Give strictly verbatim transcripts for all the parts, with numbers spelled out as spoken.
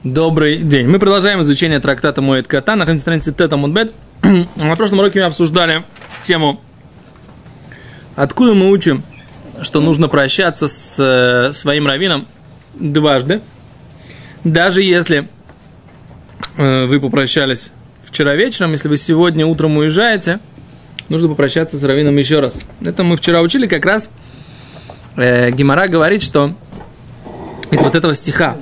Добрый день. Мы продолжаем изучение трактата Моэд Катан. Находимся на странице Тет Амуд Бет. На прошлом уроке мы обсуждали тему, откуда мы учим, что нужно прощаться с своим раввином дважды, даже если вы попрощались вчера вечером, если вы сегодня утром уезжаете, нужно попрощаться с раввином еще раз. Это мы вчера учили, как раз э, Гемара говорит, что из вот этого стиха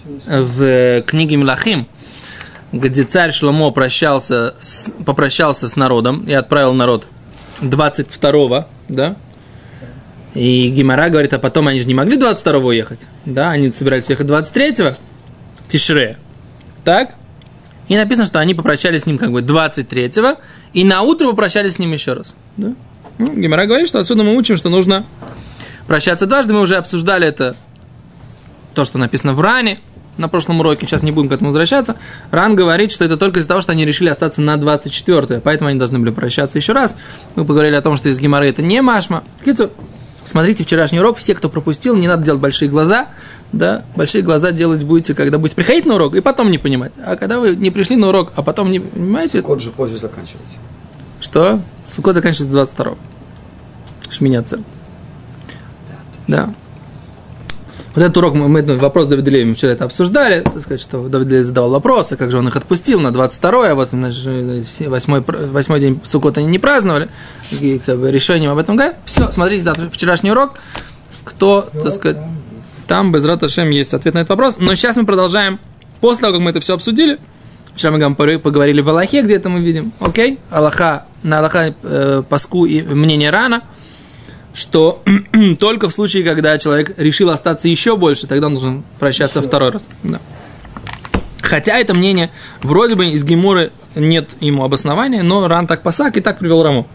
в книге Мелахим, где царь Шломо прощался с, попрощался с народом и отправил народ двадцать второго, да, и Гемара говорит, а потом они же не могли двадцать второго уехать, да, они собирались ехать двадцать третьего Тишре, так, и написано, что они попрощались с ним как бы двадцать третьего, и на утро попрощались с ним еще раз, да. Ну, Гемара говорит, что отсюда мы учим, что нужно прощаться дважды, мы уже обсуждали это, то, что написано в Ране, на прошлом уроке, сейчас не будем к этому возвращаться. Ран говорит, что это только из-за того, что они решили остаться на двадцать четвёртое, поэтому они должны были прощаться еще раз. Мы поговорили о том, что из Гемары это не машма. Смотрите вчерашний урок, все, кто пропустил, не надо делать большие глаза, да, большие глаза делать будете, когда будете приходить на урок и потом не понимать. А когда вы не пришли на урок, а потом не понимаете... Суккот же позже заканчивается. Что? Суккот заканчивается двадцать второго. Шминяцер. Да. Вот этот урок, мы, мы вопрос Давида Леви, мы вчера это обсуждали, так сказать, что Давид Леви задавал вопросы, как же он их отпустил на двадцать второе, а вот восьмой, восьмой день Суккота они не праздновали, и как бы решением об этом говорят. Все, смотрите, завтра вчерашний урок, кто, так сказать, там Безрат Ашем есть ответ на этот вопрос, но сейчас мы продолжаем, после того, как мы это все обсудили, вчера мы поговорили в Аллахе, где это мы видим, окей, Аллаха, на Аллаха э, паску и мнение Рана, что только в случае, когда человек решил остаться еще больше, тогда нужно прощаться еще второй раз. Да. Хотя это мнение, вроде бы из Геморы нет ему обоснования, но Ран так пасак и так привел Раму.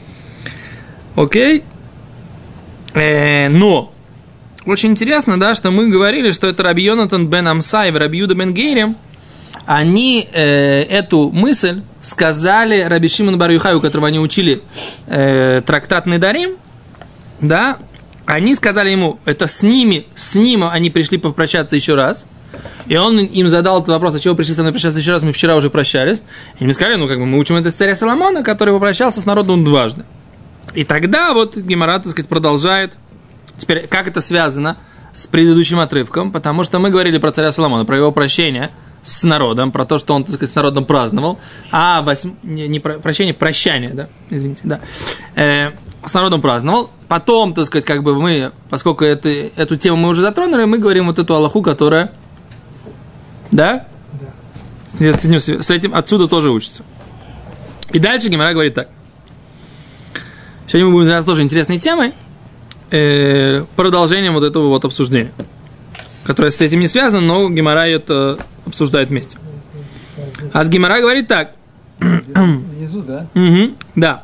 Окей. Э, но очень интересно, да, что мы говорили, что это Раби Йонатан бен Амсай и Раби Юда бен Гейрем, они э, эту мысль сказали Раби Шимон бар Йохай, у которого они учили э, трактат Недарим, да, они сказали ему, это с ними, с ним они пришли попрощаться еще раз, и он им задал этот вопрос, а чего вы пришли со мной прощаться еще раз, мы вчера уже прощались, и им сказали, ну, как бы, мы учим это с царя Соломона, который попрощался с народом дважды. И тогда вот Гемара, так сказать, продолжает, теперь, как это связано с предыдущим отрывком, потому что мы говорили про царя Соломона, про его прощение с народом, про то, что он, так сказать, с народом праздновал, а восьм... не, не про... прощение, прощание, да, извините, да, э, с народом праздновал. Потом, так сказать, как бы мы, поскольку это, эту тему мы уже затронули, мы говорим вот эту алаху, которая, да? Да. С этим отсюда тоже учится. И дальше Гемара говорит так. Сегодня мы будем заниматься тоже интересной темой, э, продолжением вот этого вот обсуждения, которое с этим не связано, но Гемара это обсуждает вместе. А с Гемара говорит так. Внизу, да? Угу, да.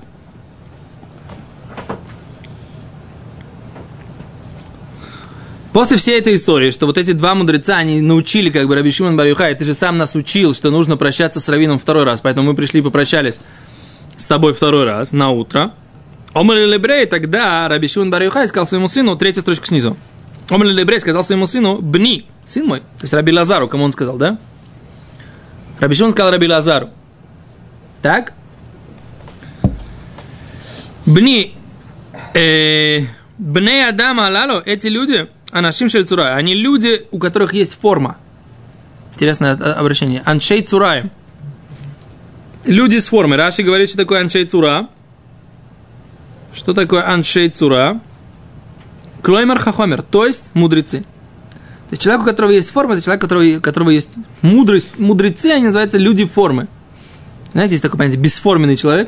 После всей этой истории, что вот эти два мудреца, они научили, как бы, Раби Шимон бар Йохай, ты же сам нас учил, что нужно прощаться с раввином второй раз, поэтому мы пришли и попрощались с тобой второй раз, на утро. Омар лебрей, тогда Раби Шимон бар Йохай сказал своему сыну, третья строчка снизу, Омар лебрей сказал своему сыну, бни, сын мой, то есть Раби Лазару, кому он сказал, да? Раби Шимон сказал Раби Лазару, так? Бни, э, бней Адама алалу, эти люди... Анашим шель цурай. Они люди, у которых есть форма. Интересное обращение. Аншей цурай. Люди с формой. Раши говорит, что такое аншей цура. Что такое аншей цура? Клоймер хахомер. То есть мудрецы. То есть человек, у которого есть форма, это человек, у которого, у которого есть мудрость. Мудрецы, они называются люди формы. Знаете, есть такое понятие бесформенный человек.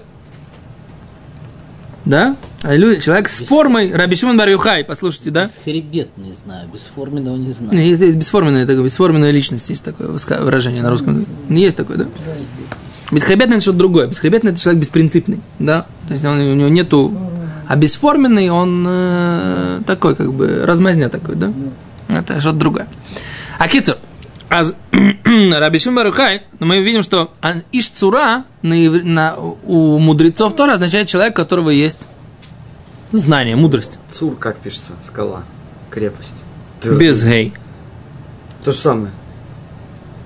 Да? А люди, человек с формой, Раби Шимон бар Йохай, послушайте, да? Бесхребет не знаю, бесформенного не знаю. Есть, есть бесформенная, такая, бесформенная личность, есть такое выражение на русском. Есть такое, да? Бесхребетный – это что-то другое. Бесхребетный – это человек беспринципный, да? То есть он, у него нету... А бесформенный, он э, такой, как бы, размазня такой, да? Это что-то другое. А кицур, а Раби Шимон бар Йохай, мы видим, что иш цура на, на, у мудрецов тоже означает человек, у которого есть знание, мудрость. Цур, как пишется? Скала, крепость. Без гей. То же самое.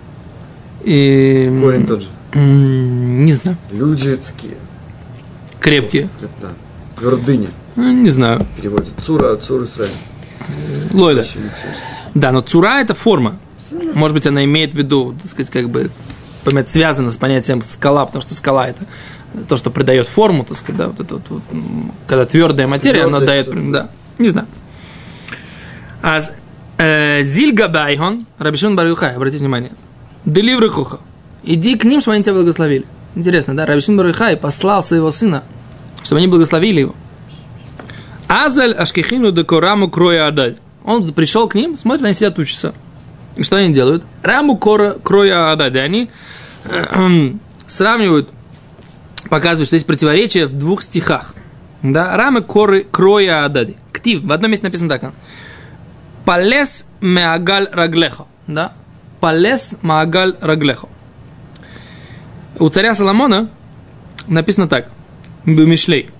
И... Корень тот же. Не знаю. Люди такие. Крепкие. Да. Твердыня. Не знаю. Переводит. Цура, Цур Исраэль. Лойда. Да, но цура – это форма. Может быть, она имеет в виду, так сказать, как бы, связано с понятием скала, потому что скала – это то, что придает форму, так сказать, да, вот это вот, вот, когда твердая материя, она дает, да, не знаю. А Зильга Байхон, Раби Шимон бар Йохай, обратите внимание, Деливры Хуха, иди к ним, чтобы они тебя благословили. Интересно, да, Раби Шимон бар Йохай послал своего сына, чтобы они благословили его. Азаль Ашкехину декораму кроя адаль. Он пришел к ним, смотрит, они сидят, учатся. И что они делают? Раму кроя адаль. Они сравнивают, показывают, что есть противоречие в двух стихах. Да? Рамы коры кроя адади. Ктив. В одном месте написано так. Палес меагаль раглехо. Да? Палес меагаль раглехо. У царя Соломона написано так. Бемишлей.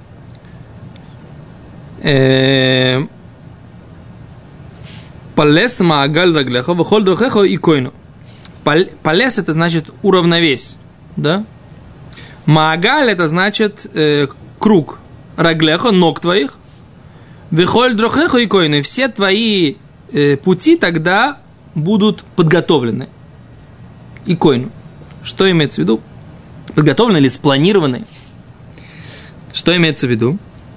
Палес меагаль раглехо. Вхоль дрохехо и койно. Палес это значит уравновесь. Да? Маагаль это значит э, круг. Раглехо, ног твоих. Вихоль дрохехо и койны. Все твои э, пути тогда будут подготовлены. И койну. Что имеется в виду? Подготовлены или спланированы? Что имеется в виду?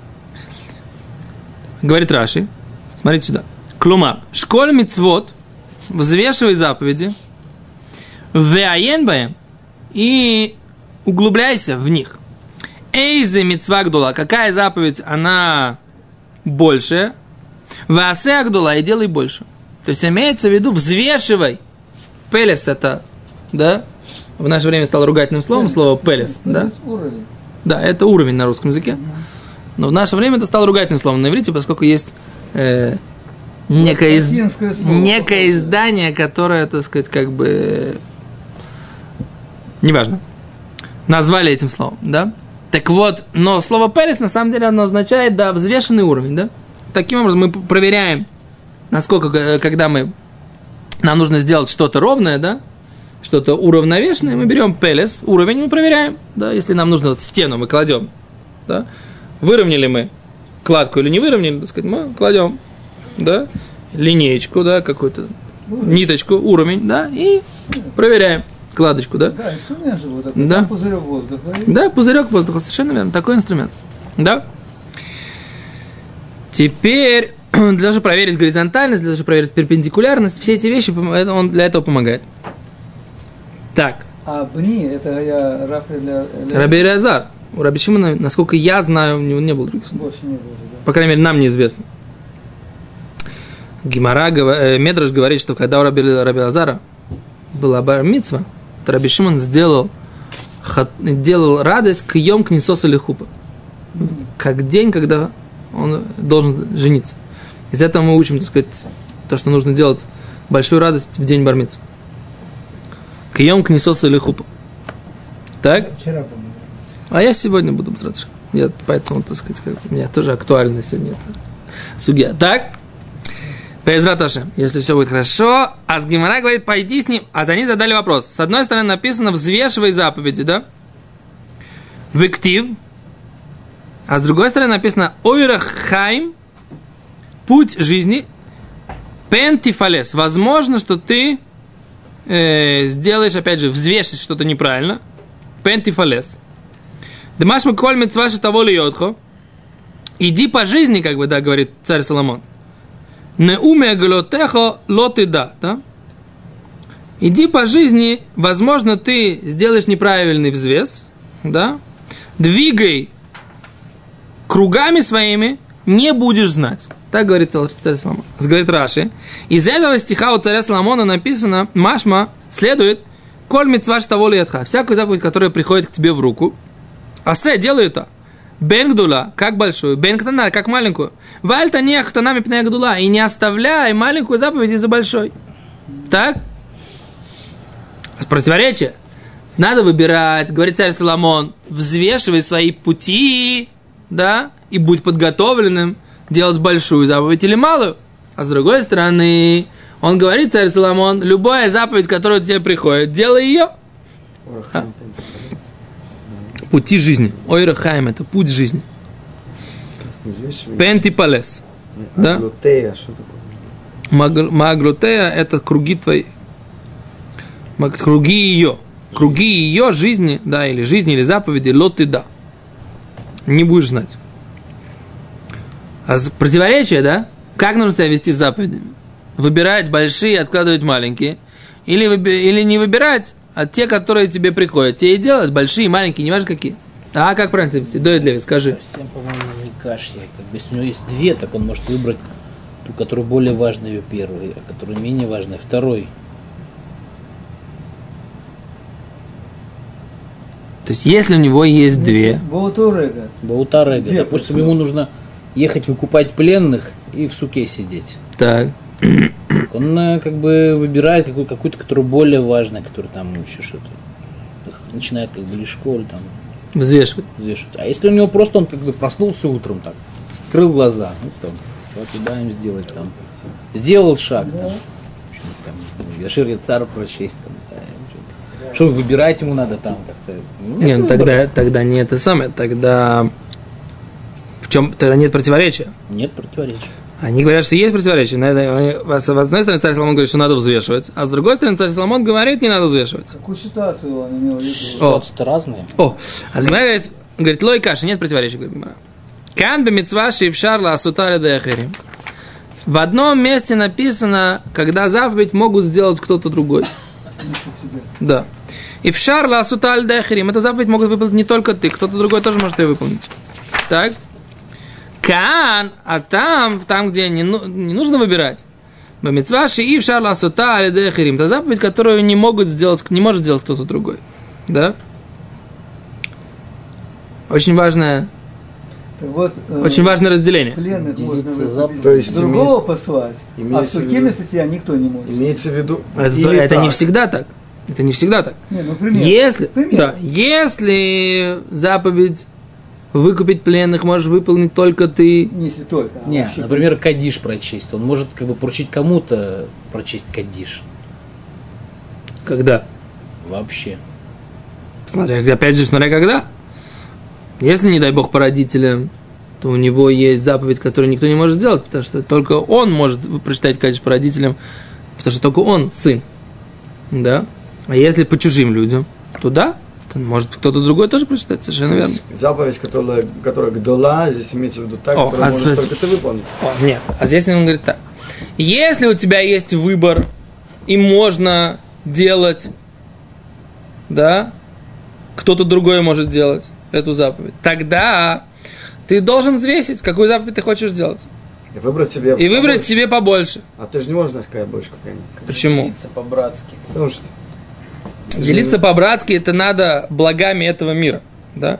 Говорит Раши. Смотрите сюда. Клумар. Школь мицвот. Взвешивай заповеди. Веаен баем. И углубляйся в них. Эйзе мицва гдула. Какая заповедь, она большая? Ваасе гдула. И делай больше. То есть имеется в виду, взвешивай. Пелес это, да? В наше время стало ругательным словом слово пелес, да? Уровень. Да, это уровень на русском языке. Но в наше время это стало ругательным словом на иврите, поскольку есть э, некое, из... некое издание, которое, так сказать, как бы... Неважно. Назвали этим словом, да? Так вот, но слово «пелес» на самом деле оно означает, да, взвешенный уровень, да? Таким образом мы проверяем, насколько, когда мы, нам нужно сделать что-то ровное, да? Что-то уравновешенное, мы берем «пелес», уровень, и мы проверяем, да? Если нам нужно вот стену, мы кладем, да? Выровняли мы кладку или не выровняли, так сказать, мы кладем, да? Линеечку, да, какую-то ниточку, уровень, да? И проверяем. Кладочку, да? Да, инструмент же вот такой. Да. Там пузырек воздуха. Да, пузырек воздуха, совершенно верно. Такой инструмент. Да? Теперь, для того, чтобы проверить горизонтальность, для того, чтобы проверить перпендикулярность, все эти вещи, он для этого помогает. Так. А бни, это я распри для... для... Раби Элиазар. У Раби Шимона, насколько я знаю, у него не было других. Больше не было, да. По крайней мере, нам неизвестно. Гемара, э, Медраш говорит, что когда у Раби, Раби Элиазара была бар-мицва, Раби Шимон сделал, делал радость к Йом Книсос или Хупа. Как день, когда он должен жениться. Из этого мы учим, так сказать, то, что нужно делать большую радость в день бар-мицвы. К Йом Книсос или Хупа. Так? Вчера, по-моему. А я сегодня буду бзратши. Я поэтому, так сказать, как, у меня тоже актуально сегодня это судья. Так? Безрат Ашем, если все будет хорошо. А с Гемара говорит, пойди с ним. А за ней задали вопрос. С одной стороны написано, взвешивай заповеди, да? Вектив. А с другой стороны написано, ойрахайм, путь жизни, пентифалес. Возможно, что ты э, сделаешь, опять же, взвешишь что-то неправильно. Пентифалес. Дмаш миколь митцваши того ли йодхо. Иди по жизни, как бы, да, говорит царь Соломон. Не уме галотехо лоты да, да? Иди по жизни, возможно, ты сделаешь неправильный взвес, да? Двигай кругами своими, не будешь знать. Так говорит царь Соломон. Говорит Раши. Из этого стиха у царя Соломона написано, машма, следует, коль митцваш того ли ятха. Всякую заповедь, которая приходит к тебе в руку. Асе, делай это. Бен гдула, как большую, бен ктана, как маленькую. Вальта не ктанами пнея гдула. И не оставляй маленькую заповедь из-за большой. Так? Противоречие. Надо выбирать, говорит царь Соломон, взвешивай свои пути, да, и будь подготовленным делать большую заповедь или малую. А с другой стороны, Он говорит, царь Соломон, любая заповедь, которая тебе приходит, делай ее. А? Пути жизни. Ойрахайм – это путь жизни. Пентипалес. Да? Аглутея, что такое? Маглутея – это круги твои. Круги ее. Круги ее жизни, да, или жизни, или заповеди, лоты да. Не будешь знать. А противоречие, да? Как нужно себя вести с заповедями? Выбирать большие, откладывать маленькие. Или, выби- или не выбирать, а те, которые тебе приходят. Те и делать, большие, маленькие, неважно какие. А как правильно себя вести? Доид Леви, скажи. Совсем, по-моему, не кашля. Как бы, если у него есть две, так он может выбрать ту, которая более важная, ее первой, а которая менее важная, второй. То есть, если у него есть две... Баутурега. Баутарега. Две, Допустим, почему? ему нужно ехать выкупать пленных и в суке сидеть. Так. Он э, как бы выбирает какую- какую-то, которая более важная, которая там еще что-то начинает как бы лишко или там Взвешивай. взвешивать. А если у него просто он как бы проснулся утром так, открыл глаза, ну там, вот туда им сделать там, сделал шаг, там, в общем, там, Яшир Яцар прочесть, там, да, в общем, что выбирать ему надо там как-то. Ну, Не, ну выбора. тогда, тогда не это самое, тогда в чем тогда нет противоречия. Нет противоречия. Они говорят, что есть противоречие. На это, с одной стороны, царь Соломон говорит, что надо взвешивать, а с другой стороны, царь Соломон говорит, не надо взвешивать. Какую ситуацию он имел в виду? О. Ситуации-то разные. О, а Гимара говорит, говорит, лой каши, нет противоречия, говорит Гимара. Кан бе митцва шившарла асутаре деахерим. В одном месте написано, когда заповедь могут сделать кто-то другой. Да. И в шарла асуталь деахерим. Эту заповедь могут выполнить не только ты, кто-то другой тоже может ее выполнить. Так. Кан, а там, там, где не, ну, не нужно выбирать. Бамитцва шиив шарла асуталь деахерим. Это заповедь, которую не могут сделать, не может сделать кто-то другой. Да. Очень важное, Так вот, э, очень важное разделение. пленных можно Делиться выкупить, То есть другого послать, а в имеется в суке виду- вместо тебя никто не может. Имеется в виду... Это, или это не так. всегда так. Это не всегда так. Не, ну, пример. Если, Пример. да, если заповедь выкупить пленных можешь выполнить только ты. Не если только. а Не, вообще. например, кадиш прочесть. Он может как бы поручить кому-то прочесть кадиш. Когда? Вообще. Смотря, опять же, смотря когда. Если, не дай бог, по родителям, то у него есть заповедь, которую никто не может сделать, потому что только он может прочитать кадиш по родителям, потому что только он сын. Да? А если по чужим людям, то да, то может кто-то другой тоже прочитать, совершенно То верно. есть заповедь, которая, которая гдола, здесь имеется в виду так, О, которую а можешь с- только ты выполнить. О, нет, а здесь он говорит так. Если у тебя есть выбор, и можно делать, да, кто-то другой может делать эту заповедь, тогда ты должен взвесить, какую заповедь ты хочешь сделать. И выбрать себе И выбрать побольше. себе побольше. А ты же не можешь знать, какая больше, какая нет. Почему? Делиться по-братски. Потому что... Делиться по-братски, это надо благами этого мира, да?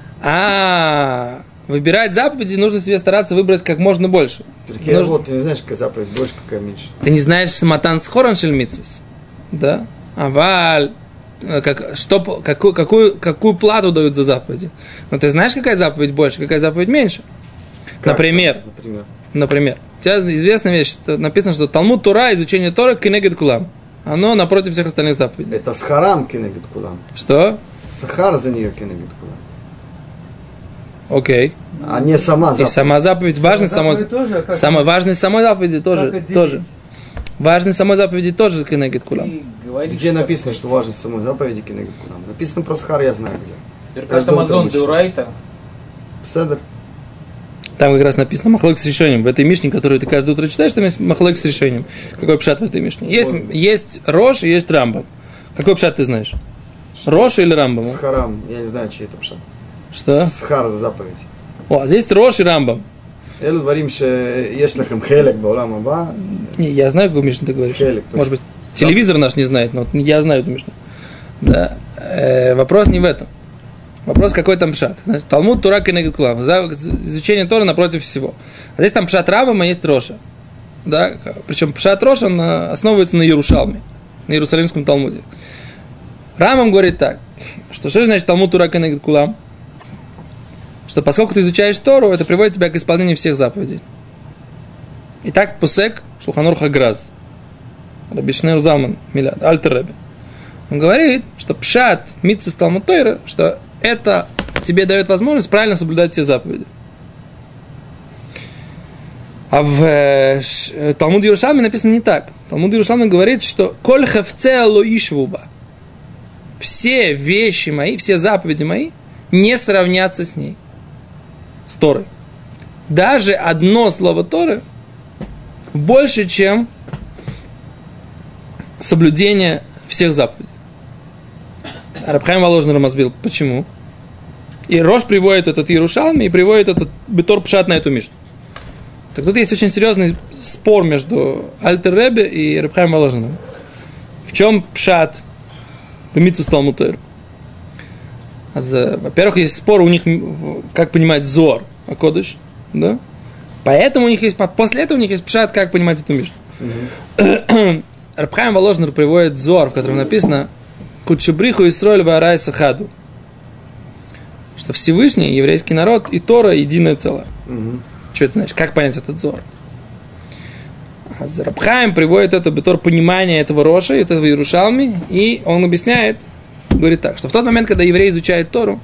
А выбирать заповеди нужно себе стараться выбрать как можно больше. Прикинь, Нужно- вот, ты не знаешь, какая заповедь больше, какая меньше. Ты не знаешь матан схоран шель митцвос, да? Аваль, э, как, что, по- какую, какую, какую плату дают за заповеди? Но ты знаешь, какая заповедь больше, какая заповедь меньше? Как? Например, Например. например, у тебя известная вещь, что написано, что Талмуд Тура, изучение Тора, кенегет кулам. Оно напротив всех остальных заповедей. Это с харам кенегет кулам. Что? Сахар за нее кенегет кулам. Окей. А не сама И заповедь. сама заповедь, важность самой, заповедь тоже, а как- самой важность самой заповеди тоже, отделить? тоже. Важность самой заповеди тоже кенегет кулам. Ты говоришь, Где написано, что важность самой заповеди кенегет кулам? Написано про сахар, я знаю где. Беркат Каждое утро Амазон мы читаем. Деурайта. Седер. Там как раз написано махлок с решением. В этой мишне, которую ты каждое утро читаешь, там есть махлок с решением. Какой пшат в этой мишне? Есть, есть Рош и есть Рамбам. Какой пшат ты знаешь? Рош или Рамбам? С харам. Я не знаю, чей это пшат. Что? Сахар за заповедь. О, здесь Рош и Рамбам. אלו דברים שיש לכם חלק בעולם הבא, Не, я знаю, какую мишну ты говоришь. Хелик, то Может есть- быть, телевизор наш не знает, но вот я знаю эту мишну. Да. Э, вопрос не в этом. Вопрос, какой там пшат. Значит, Талмуд, Тура, Кенегет Кулам. За- Изучение Тора напротив всего. А здесь там пшат Рамбама, есть Роша. Да? Причем пшат Роша он э, основывается на Иерушалме, на Иерусалимском Талмуде. Рамбам говорит так, что что же значит Талмуд, Тура, Кенегет Кулам? Что поскольку ты изучаешь Тору, это приводит тебя к исполнению всех заповедей. Итак, пусек Шулхан Арух Аграз. Раби Шнeur Залман Миляд, Альтер Ребе. Он говорит, что пшат митцвы Талмуд Тойра, что это тебе дает возможность правильно соблюдать все заповеди. А в э, Талмуд Иерушалми написано не так. Талмуд Иерушалми говорит, что «Коль хавце ло ишвуба» все вещи мои, все заповеди мои не сравнятся с ней, с Торой. Даже одно слово Торы больше, чем соблюдение всех заповедей. Раб Хаим Воложный Рамазбил. Почему? И Рош приводит этот Иерушалми и приводит этот Бетор Пшат на эту Мишну. Так тут есть очень серьезный спор между Альтер Ребе и Раб Хаим Воложным. В чем Пшат в митцве Талмуд Тойра? Во-первых, есть спор у них, как понимать Зоар а-Кодеш, да? Поэтому у них есть, после этого у них есть Пшат, как понимать эту Мишну. Mm-hmm. Раб Хаим Воложный приводит Зоар, в котором написано «Кутшебриху Исроэль ваарайса хаду», что Всевышний, еврейский народ и Тора единое целое. Mm-hmm. Что это значит? Как понять этот Зоар? А Раб Хаим приводит это бетор понимания этого Роша, этого Иерушалми, и он объясняет, говорит так, что в тот момент, когда еврей изучает Тору,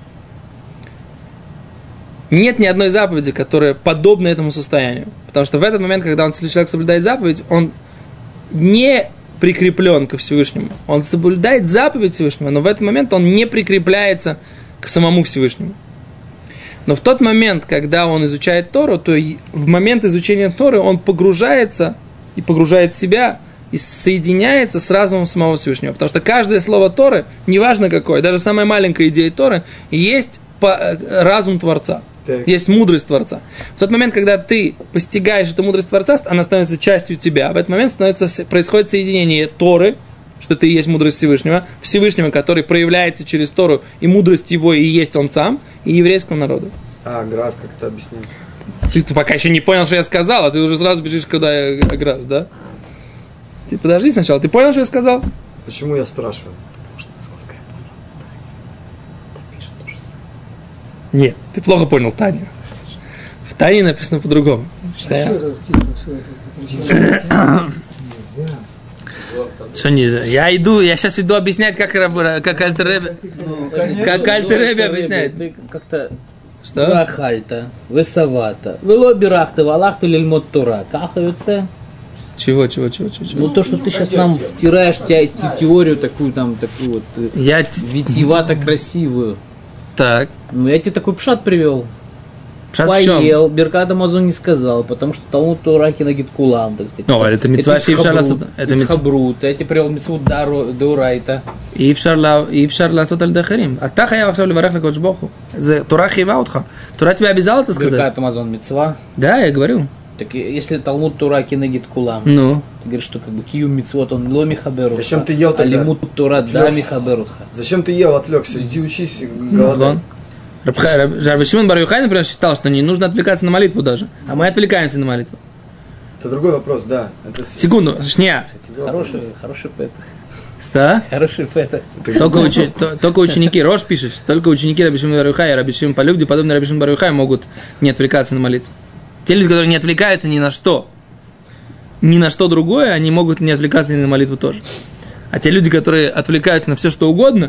нет ни одной заповеди, которая подобна этому состоянию. Потому что в этот момент, когда он, человек соблюдает заповедь, он не прикреплен ко Всевышнему. Он соблюдает заповедь Всевышнего, но в этот момент он не прикрепляется к самому Всевышнему. Но в тот момент, когда он изучает Тору, то в момент изучения Торы он погружается и погружает себя и соединяется с разумом самого Всевышнего. Потому что каждое слово Торы, неважно какое, даже самая маленькая идея Торы, есть разум Творца. Так. Есть мудрость Творца. В тот момент, когда ты постигаешь эту мудрость Творца, она становится частью тебя. В этот момент становится, происходит соединение Торы, что ты и есть мудрость Всевышнего, Всевышнего, который проявляется через Тору, и мудрость его и есть он сам, и еврейского народа. А, Грас, как это объяснить? Ты, ты пока еще не понял, что я сказал, а ты уже сразу бежишь, когда я Грас, да? Ты подожди сначала, ты понял, что я сказал? Почему я спрашиваю? Нет, ты плохо понял Таню. В Тане написано по-другому. Что, я... что нельзя? Я иду, я сейчас иду объяснять, как, как Альтер Ребе, как Альтер Ребе объясняет. Ты как-то что? Вахальта, весавата, вело бирахта, валахта лильмот Тора. Кахаются. Чего, чего, чего, чего? Ну то, что ты сейчас нам втираешь те, те, теорию такую там, такую вот я... витиевато красивую. Так. Ну, я тебе такой пшат привел. Пшат поел, Беркат Амазон не сказал, потому что Талмуд Тора кинагит кулам, так сказать. О, это митцва Ившар. Это митцвабрут. Я тебе привел митцву Деурайта. Ившар ласот аль дахарим. А та хаяв עכשיו לברך לקדוש ברוך הוא. זה תורה חייבה אותך. תורה тебя обязала это сказать. Беркат Амазон митцва. Да, я говорю. Так если Талмуд Тора кинагит кулам, ну, ты говоришь, что как бы киюм митцвот, он ло михаберутха. Зачем ты ел тогда? А лимут Тора да михаберутха. Зачем ты ел, отвлекся? Иди учись, голодай. Раби Шимон бар Йохай, например, считал, что не нужно отвлекаться на молитву даже. А мы отвлекаемся на молитву. Это другой вопрос, да. Это секунду, шня. Хороший, хороший петах. Что? Хороший петах. Только, учи, то, только ученики, Рош пишет, только ученики Раби Шимон бар Йохай и Раби Шимон по люди, подобные Раби Шимон бар Йохай, могут не отвлекаться на молитву. Те люди, которые не отвлекаются ни на что, ни на что другое, они могут не отвлекаться ни на молитву тоже. А те люди, которые отвлекаются на все, что угодно,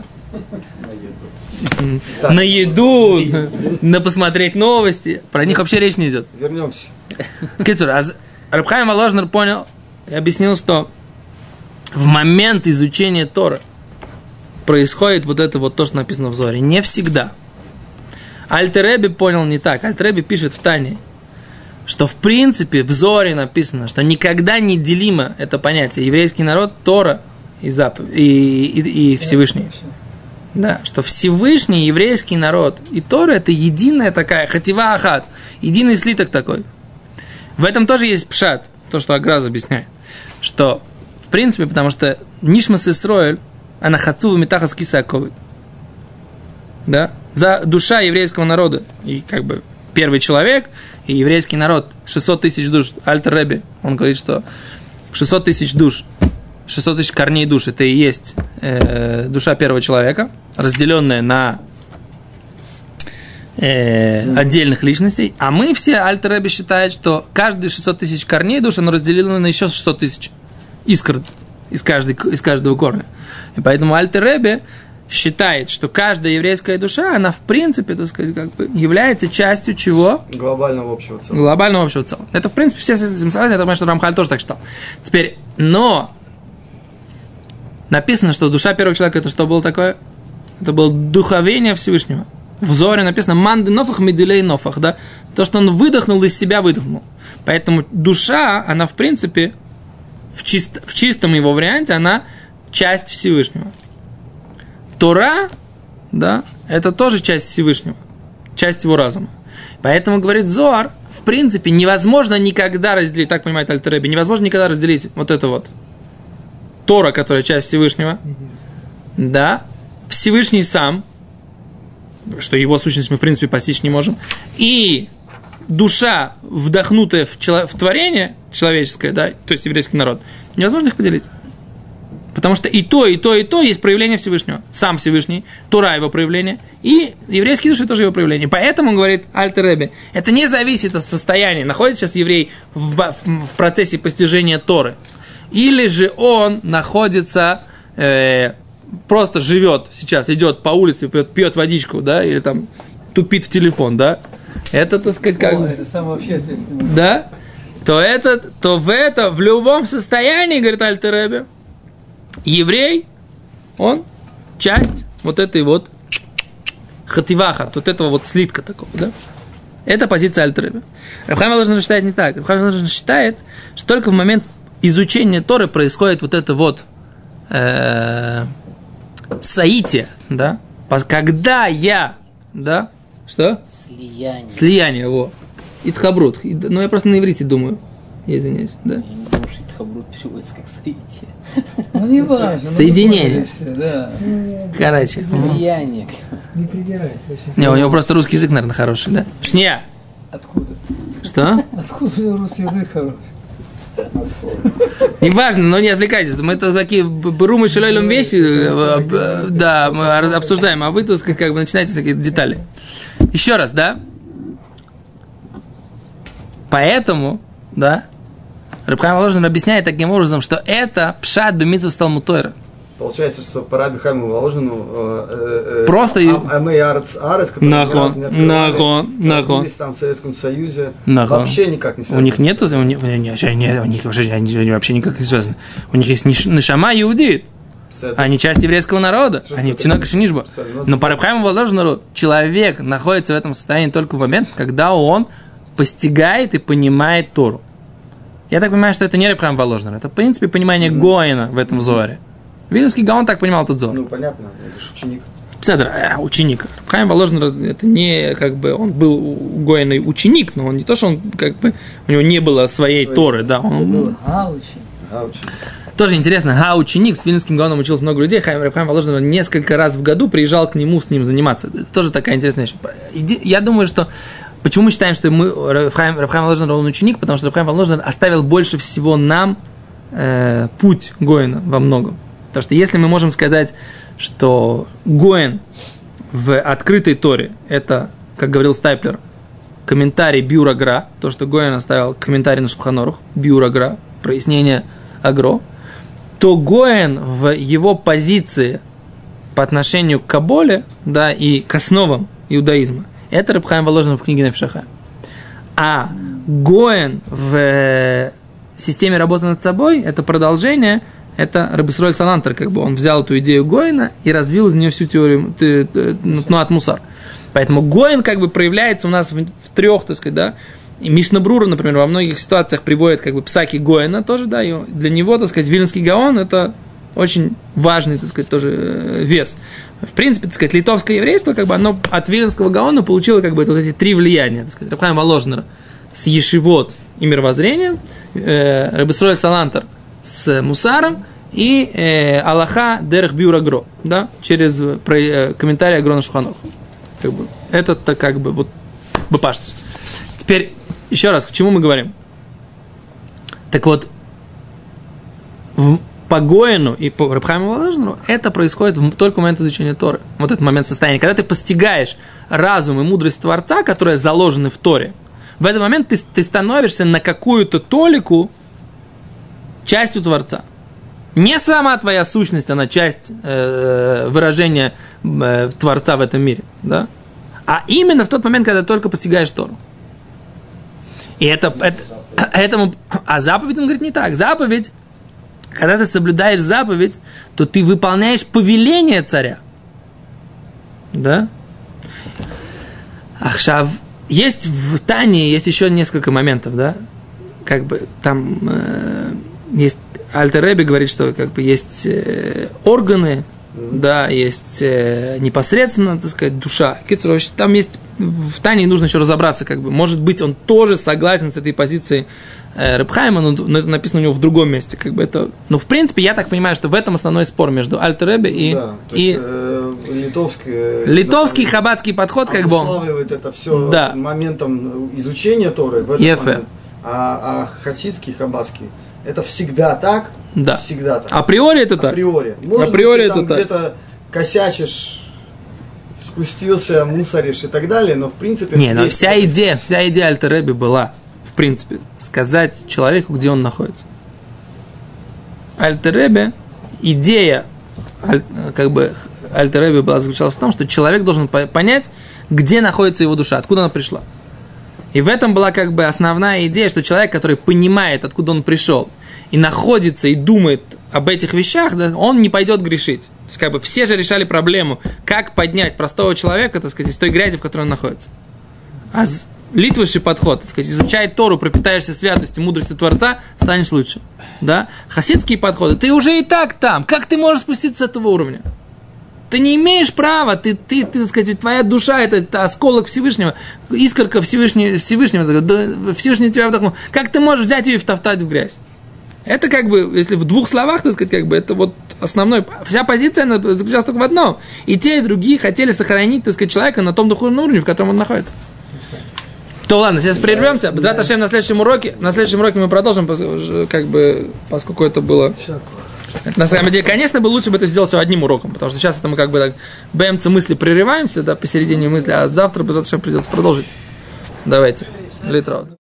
так, на еду, на, на посмотреть новости, про них вообще речь не идет. Вернемся. Кицур, а Раб Хаим Воложный понял и объяснил, что в момент изучения Торы происходит вот это вот то, что написано в Зоре. Не всегда. Альтер Ребе понял не так. Альтер Ребе пишет в Тане, что в принципе в Зоре написано, что никогда не делимо это понятие еврейский народ, Тора и, зап... и, и, и Всевышний. Да, что Всевышний еврейский народ и Тора это единая такая хатива ахат, единый слиток такой. В этом тоже есть пшат, то, что Аграз объясняет, что в принципе, потому что Нишмас Исроэль, она хацува метахас кисаковый. Да, за душа еврейского народа и как бы первый человек, и еврейский народ, шестьсот тысяч душ, Альтер Ребе, он говорит, что шестьсот тысяч душ, шестьсот тысяч корней душ, это и есть э, душа первого человека, разделенная на э, отдельных личностей, а мы все, Альтер Ребе считает, что каждый шестьсот тысяч корней душ, оно разделено на еще шестьсот тысяч искр из, каждой, из каждого корня. И поэтому Альтер Ребе считает, что каждая еврейская душа, она в принципе, так сказать, как бы является частью чего? Глобального общего целого. Глобального общего целого. Это, в принципе, все с этим согласны. Я думаю, что Рамхаль тоже так считал. Теперь, но написано, что душа первого человека, это что было такое? Это было духовение Всевышнего. В Зоре написано «Манды нофах медилей нофах», да? То, что он выдохнул, из себя выдохнул. Поэтому душа, она, в принципе, в, чист, в чистом его варианте, она часть Всевышнего. Тора, да, это тоже часть Всевышнего, часть его разума. Поэтому, говорит Зоар, в принципе, невозможно никогда разделить, так понимает Альтер Ребе, невозможно никогда разделить вот это вот Тора, которая часть Всевышнего, да, Всевышний сам, что его сущность мы, в принципе, постичь не можем, и душа, вдохнутая в, чело- в творение человеческое, да, то есть еврейский народ, невозможно их поделить. Потому что и то, и то, и то есть проявление Всевышнего. Сам Всевышний, Тора его проявление, и еврейские души тоже его проявление. Поэтому, говорит Альтер Ребе, это не зависит от состояния, находится сейчас еврей в, в процессе постижения Торы, или же он находится, э, просто живет сейчас, идет по улице, пьет, пьет водичку, да, или там тупит в телефон, да. Это, так сказать, как... О, это сам вообще ответственный. Да? То, это, то в это, в любом состоянии, говорит Альтер Ребе, еврей, он часть вот этой вот хативаха, вот этого вот слитка такого, да? Это позиция Альтер Ребе. Рав Хаим Воложен считает не так. Рав Хаим Воложен считает, что только в момент изучения Торы происходит вот это вот э, соитие, да? Когда я, да? Что? Слияние. Слияние, во. Итхабрут. Ну, я просто на иврите думаю. Я извиняюсь, да? Я не думаю, что Итхабрут переводится как соитие. Ну, не важно. Соединение. Да. Короче. Слияние. Не придирайся вообще. Не, у него просто русский язык, наверное, хороший, да? Шния. Откуда? Что? Откуда у него русский язык хороший? Неважно, но не отвлекайтесь. Мы тут такие брумы шелелем вещи, да, мы обсуждаем, а вы тут как бы начинаете такие детали. Еще раз, да? Поэтому, да, Рав Хаим Воложен объясняет таким образом, что это пшат бемитцвот Талмуд Тора. Получается, что по Раби Хайму Воложену э, э, Просто Амэй Арец Арес, который ни разу не открывали, нахон, нахон. родились там в Советском Союзе, Нахон. вообще никак не связаны. У них нету, у них, у них, у них вообще, они, они вообще никак не связаны. У них есть нешама иудеит. Они часть еврейского народа. Что они в Тинок и Шинишба. Но по Рав Хаиму Воложену человек находится в этом состоянии только в момент, когда он постигает и понимает Тору. Я так понимаю, что это не Рав Хаим Воложен. Это, в принципе, понимание mm-hmm. Гоэна в этом Зоре. Вильнюсский Гаон так понимал этот Зор. Ну, понятно, это же ученик. Пседр, э, ученик. Рав Хаим Воложен, это не как бы, он был у Гоэна ученик, но он не то, что он как бы, у него не было своей Свои. Торы, да. Он... А, ученик. А, ученик. Тоже интересно, га ученик, с Вильнюсским Гаоном учился много людей, Рав Хаим Воложен несколько раз в году приезжал к нему с ним заниматься. Это тоже такая интересная вещь. Я думаю, что почему мы считаем, что мы, Рав Хаим Воложен, он ученик, потому что Рав Хаим Воложен оставил больше всего нам э, путь Гоэна во многом. Потому что если мы можем сказать, что Гоэн в открытой Торе, это, как говорил Стайплер, комментарий Биур Агра, то, что Гоэн оставил комментарий на Шулхан Арух, Биур Агра, прояснение Агро, то Гоэн в его позиции по отношению к Каболе, да, и к основам иудаизма, это Рав Хаим Воложен в книге Нефеш ха-Хаим. А Гоэн в системе работы над собой, это продолжение, это Рабби Исроэль Салантер, как бы он взял эту идею Гоэна и развил из нее всю теорию Тнуат Мусар. Поэтому Гоэн как бы проявляется у нас в, в трех, так сказать, да. И Мишна Брура, например, во многих ситуациях приводит как бы псаки Гоэна тоже, да, и для него, так сказать, Вильнюсский Гаон это очень важный, так сказать, тоже вес. В принципе, так сказать, литовское еврейство, как бы оно от Вильнюсского Гаона получило как бы вот эти три влияния, так сказать, Рав Хаим Воложен с ешивот и мировоззрением, э, Рабби Исроэль Салантер с мусаром и э, Аллаха Дерех Биур Агро, да, через про, э, комментарий Агро на Шулхан Арух. Как бы, это-то как бы вот бапаштус. Теперь, еще раз, к чему мы говорим? Так вот, в, по Гоэну и по Рав Хаиму Воложену это происходит в, только в момент изучения Торы. Вот этот момент состояния. Когда ты постигаешь разум и мудрость Творца, которые заложены в Торе, в этот момент ты, ты становишься на какую-то толику частью Творца. Не сама твоя сущность, она часть э, выражения э, Творца в этом мире, да? А именно в тот момент, когда ты только постигаешь Тору. И это, это этому, а заповедь, он говорит, не так. Заповедь, когда ты соблюдаешь заповедь, то ты выполняешь повеление царя. Да? Ахшав, есть в Тане, есть еще несколько моментов, да? Как бы там э, есть, Альтер Ребе говорит, что как бы есть э, органы, mm-hmm. да, есть э, непосредственно, так сказать, душа. Там есть, в Тане нужно еще разобраться, как бы, может быть, он тоже согласен с этой позицией э, Реб Хаима, но, но это написано у него в другом месте, как бы это. Но в принципе, я так понимаю, что в этом основной спор между Альтер Ребе и, да, то и есть, э, литовский, литовский хаббатский подход, как бы он обуславливает это все да. моментом изучения Торы в этот Ефе. момент. А, а хасидский, хаббатский, это всегда так, да. всегда так. Априори это так. Априори. Может Априори быть, ты это там так. где-то косячишь, спустился, мусоришь и так далее, но в принципе... Не, но вся это... идея, вся идея Альтер Ребе была, в принципе, сказать человеку, где он находится. Альтер Ребе, идея, как бы, Альтер Ребе была заключалась в том, что человек должен понять, где находится его душа, откуда она пришла. И в этом была как бы основная идея, что человек, который понимает, откуда он пришел, и находится, и думает об этих вещах, да, он не пойдет грешить. То есть, как бы, все же решали проблему, как поднять простого человека, так сказать, из той грязи, в которой он находится. А литвыший подход, так сказать, изучай Тору, пропитаешься святостью, мудростью Творца, станешь лучше. Да? Хасидские подходы, ты уже и так там, как ты можешь спуститься с этого уровня? Ты не имеешь права, ты, ты, ты, так сказать, твоя душа это, это осколок Всевышнего, искорка Всевышнего, Всевышнего, Всевышний тебя вдохнул. Как ты можешь взять ее и втоптать в грязь? Это как бы, если в двух словах, так сказать, как бы, это вот основной, вся позиция она заключалась только в одном. И те, и другие хотели сохранить, так сказать, человека на том духовном уровне, в котором он находится. То ладно, сейчас прервемся. Б'эзрат Ашем на следующем уроке. На следующем уроке мы продолжим, как бы, поскольку это было... Это, на самом деле, конечно, бы лучше бы это сделать все одним уроком, потому что сейчас это мы как бы так бэмцы мысли прерываемся, да, посередине мысли, а завтра бы придется продолжить. Давайте. Литрау.